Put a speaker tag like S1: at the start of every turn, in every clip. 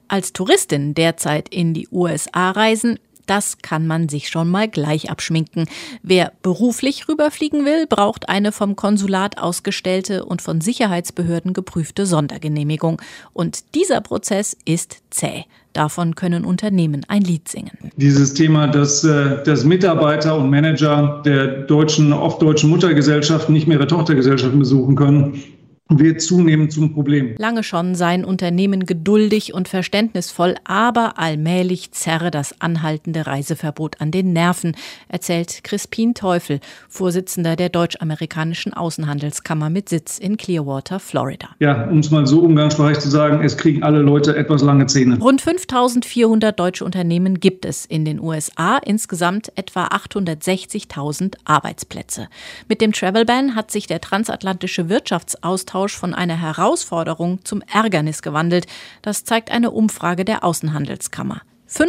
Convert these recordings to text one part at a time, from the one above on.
S1: Als Touristin derzeit in die USA reisen, das kann man sich schon mal gleich abschminken. Wer beruflich rüberfliegen will, braucht eine vom Konsulat ausgestellte und von Sicherheitsbehörden geprüfte Sondergenehmigung. Und dieser Prozess ist zäh. Davon können Unternehmen ein Lied singen.
S2: Dieses Thema, dass Mitarbeiter und Manager der oft deutschen Muttergesellschaften nicht mehr ihre Tochtergesellschaften besuchen können, wird zunehmend zum Problem.
S1: Lange schon seien Unternehmen geduldig und verständnisvoll, aber allmählich zerre das anhaltende Reiseverbot an den Nerven, erzählt Crispin Teufel, Vorsitzender der Deutsch-Amerikanischen Außenhandelskammer mit Sitz in Clearwater, Florida.
S2: Ja, um es mal so umgangssprachlich zu sagen, es kriegen alle Leute etwas lange Zähne.
S1: Rund 5.400 deutsche Unternehmen gibt es in den USA, insgesamt etwa 860.000 Arbeitsplätze. Mit dem Travel Ban hat sich der transatlantische Wirtschaftsaustausch von einer Herausforderung zum Ärgernis gewandelt. Das zeigt eine Umfrage der Außenhandelskammer.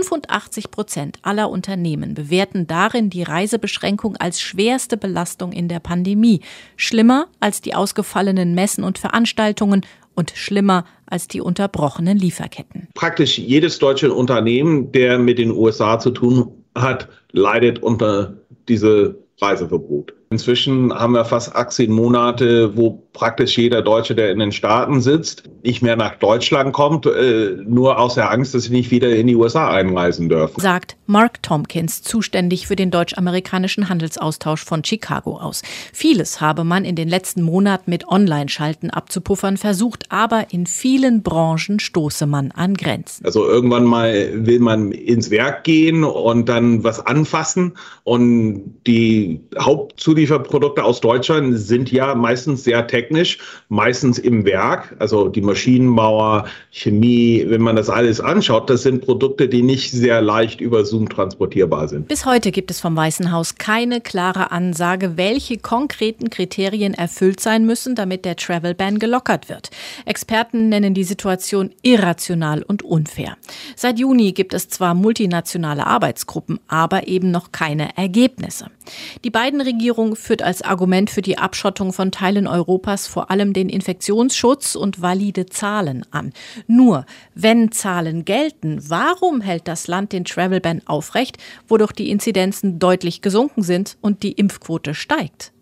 S1: 85% aller Unternehmen bewerten darin die Reisebeschränkung als schwerste Belastung in der Pandemie. Schlimmer als die ausgefallenen Messen und Veranstaltungen und schlimmer als die unterbrochenen Lieferketten.
S3: Praktisch jedes deutsche Unternehmen, der mit den USA zu tun hat, leidet unter diese Reiseverbot. Inzwischen haben wir fast 18 Monate, wo praktisch jeder Deutsche, der in den Staaten sitzt, nicht mehr nach Deutschland kommt, nur aus der Angst, dass sie nicht wieder in die USA einreisen dürfen.
S1: Sagt Mark Tompkins, zuständig für den deutsch-amerikanischen Handelsaustausch von Chicago aus. Vieles habe man in den letzten Monaten mit Online-Schalten abzupuffern versucht, aber in vielen Branchen stoße man an Grenzen.
S3: Also irgendwann mal will man ins Werk gehen und dann was anfassen, und die Hauptzulieferprodukte aus Deutschland sind ja meistens sehr technisch, meistens im Werk, also die Maschinenbauer, Chemie, wenn man das alles anschaut, das sind Produkte, die nicht sehr leicht über Zoom transportierbar sind.
S1: Bis heute gibt es vom Weißen Haus keine klare Ansage, welche konkreten Kriterien erfüllt sein müssen, damit der Travel Ban gelockert wird. Experten nennen die Situation irrational und unfair. Seit Juni gibt es zwar multinationale Arbeitsgruppen, aber eben noch keine Ergebnisse. Die Biden-Regierung führt als Argument für die Abschottung von Teilen Europas vor allem den Infektionsschutz und valide Zahlen an. Nur, wenn Zahlen gelten, warum hält das Land den Travel Ban aufrecht, wodurch die Inzidenzen deutlich gesunken sind und die Impfquote steigt?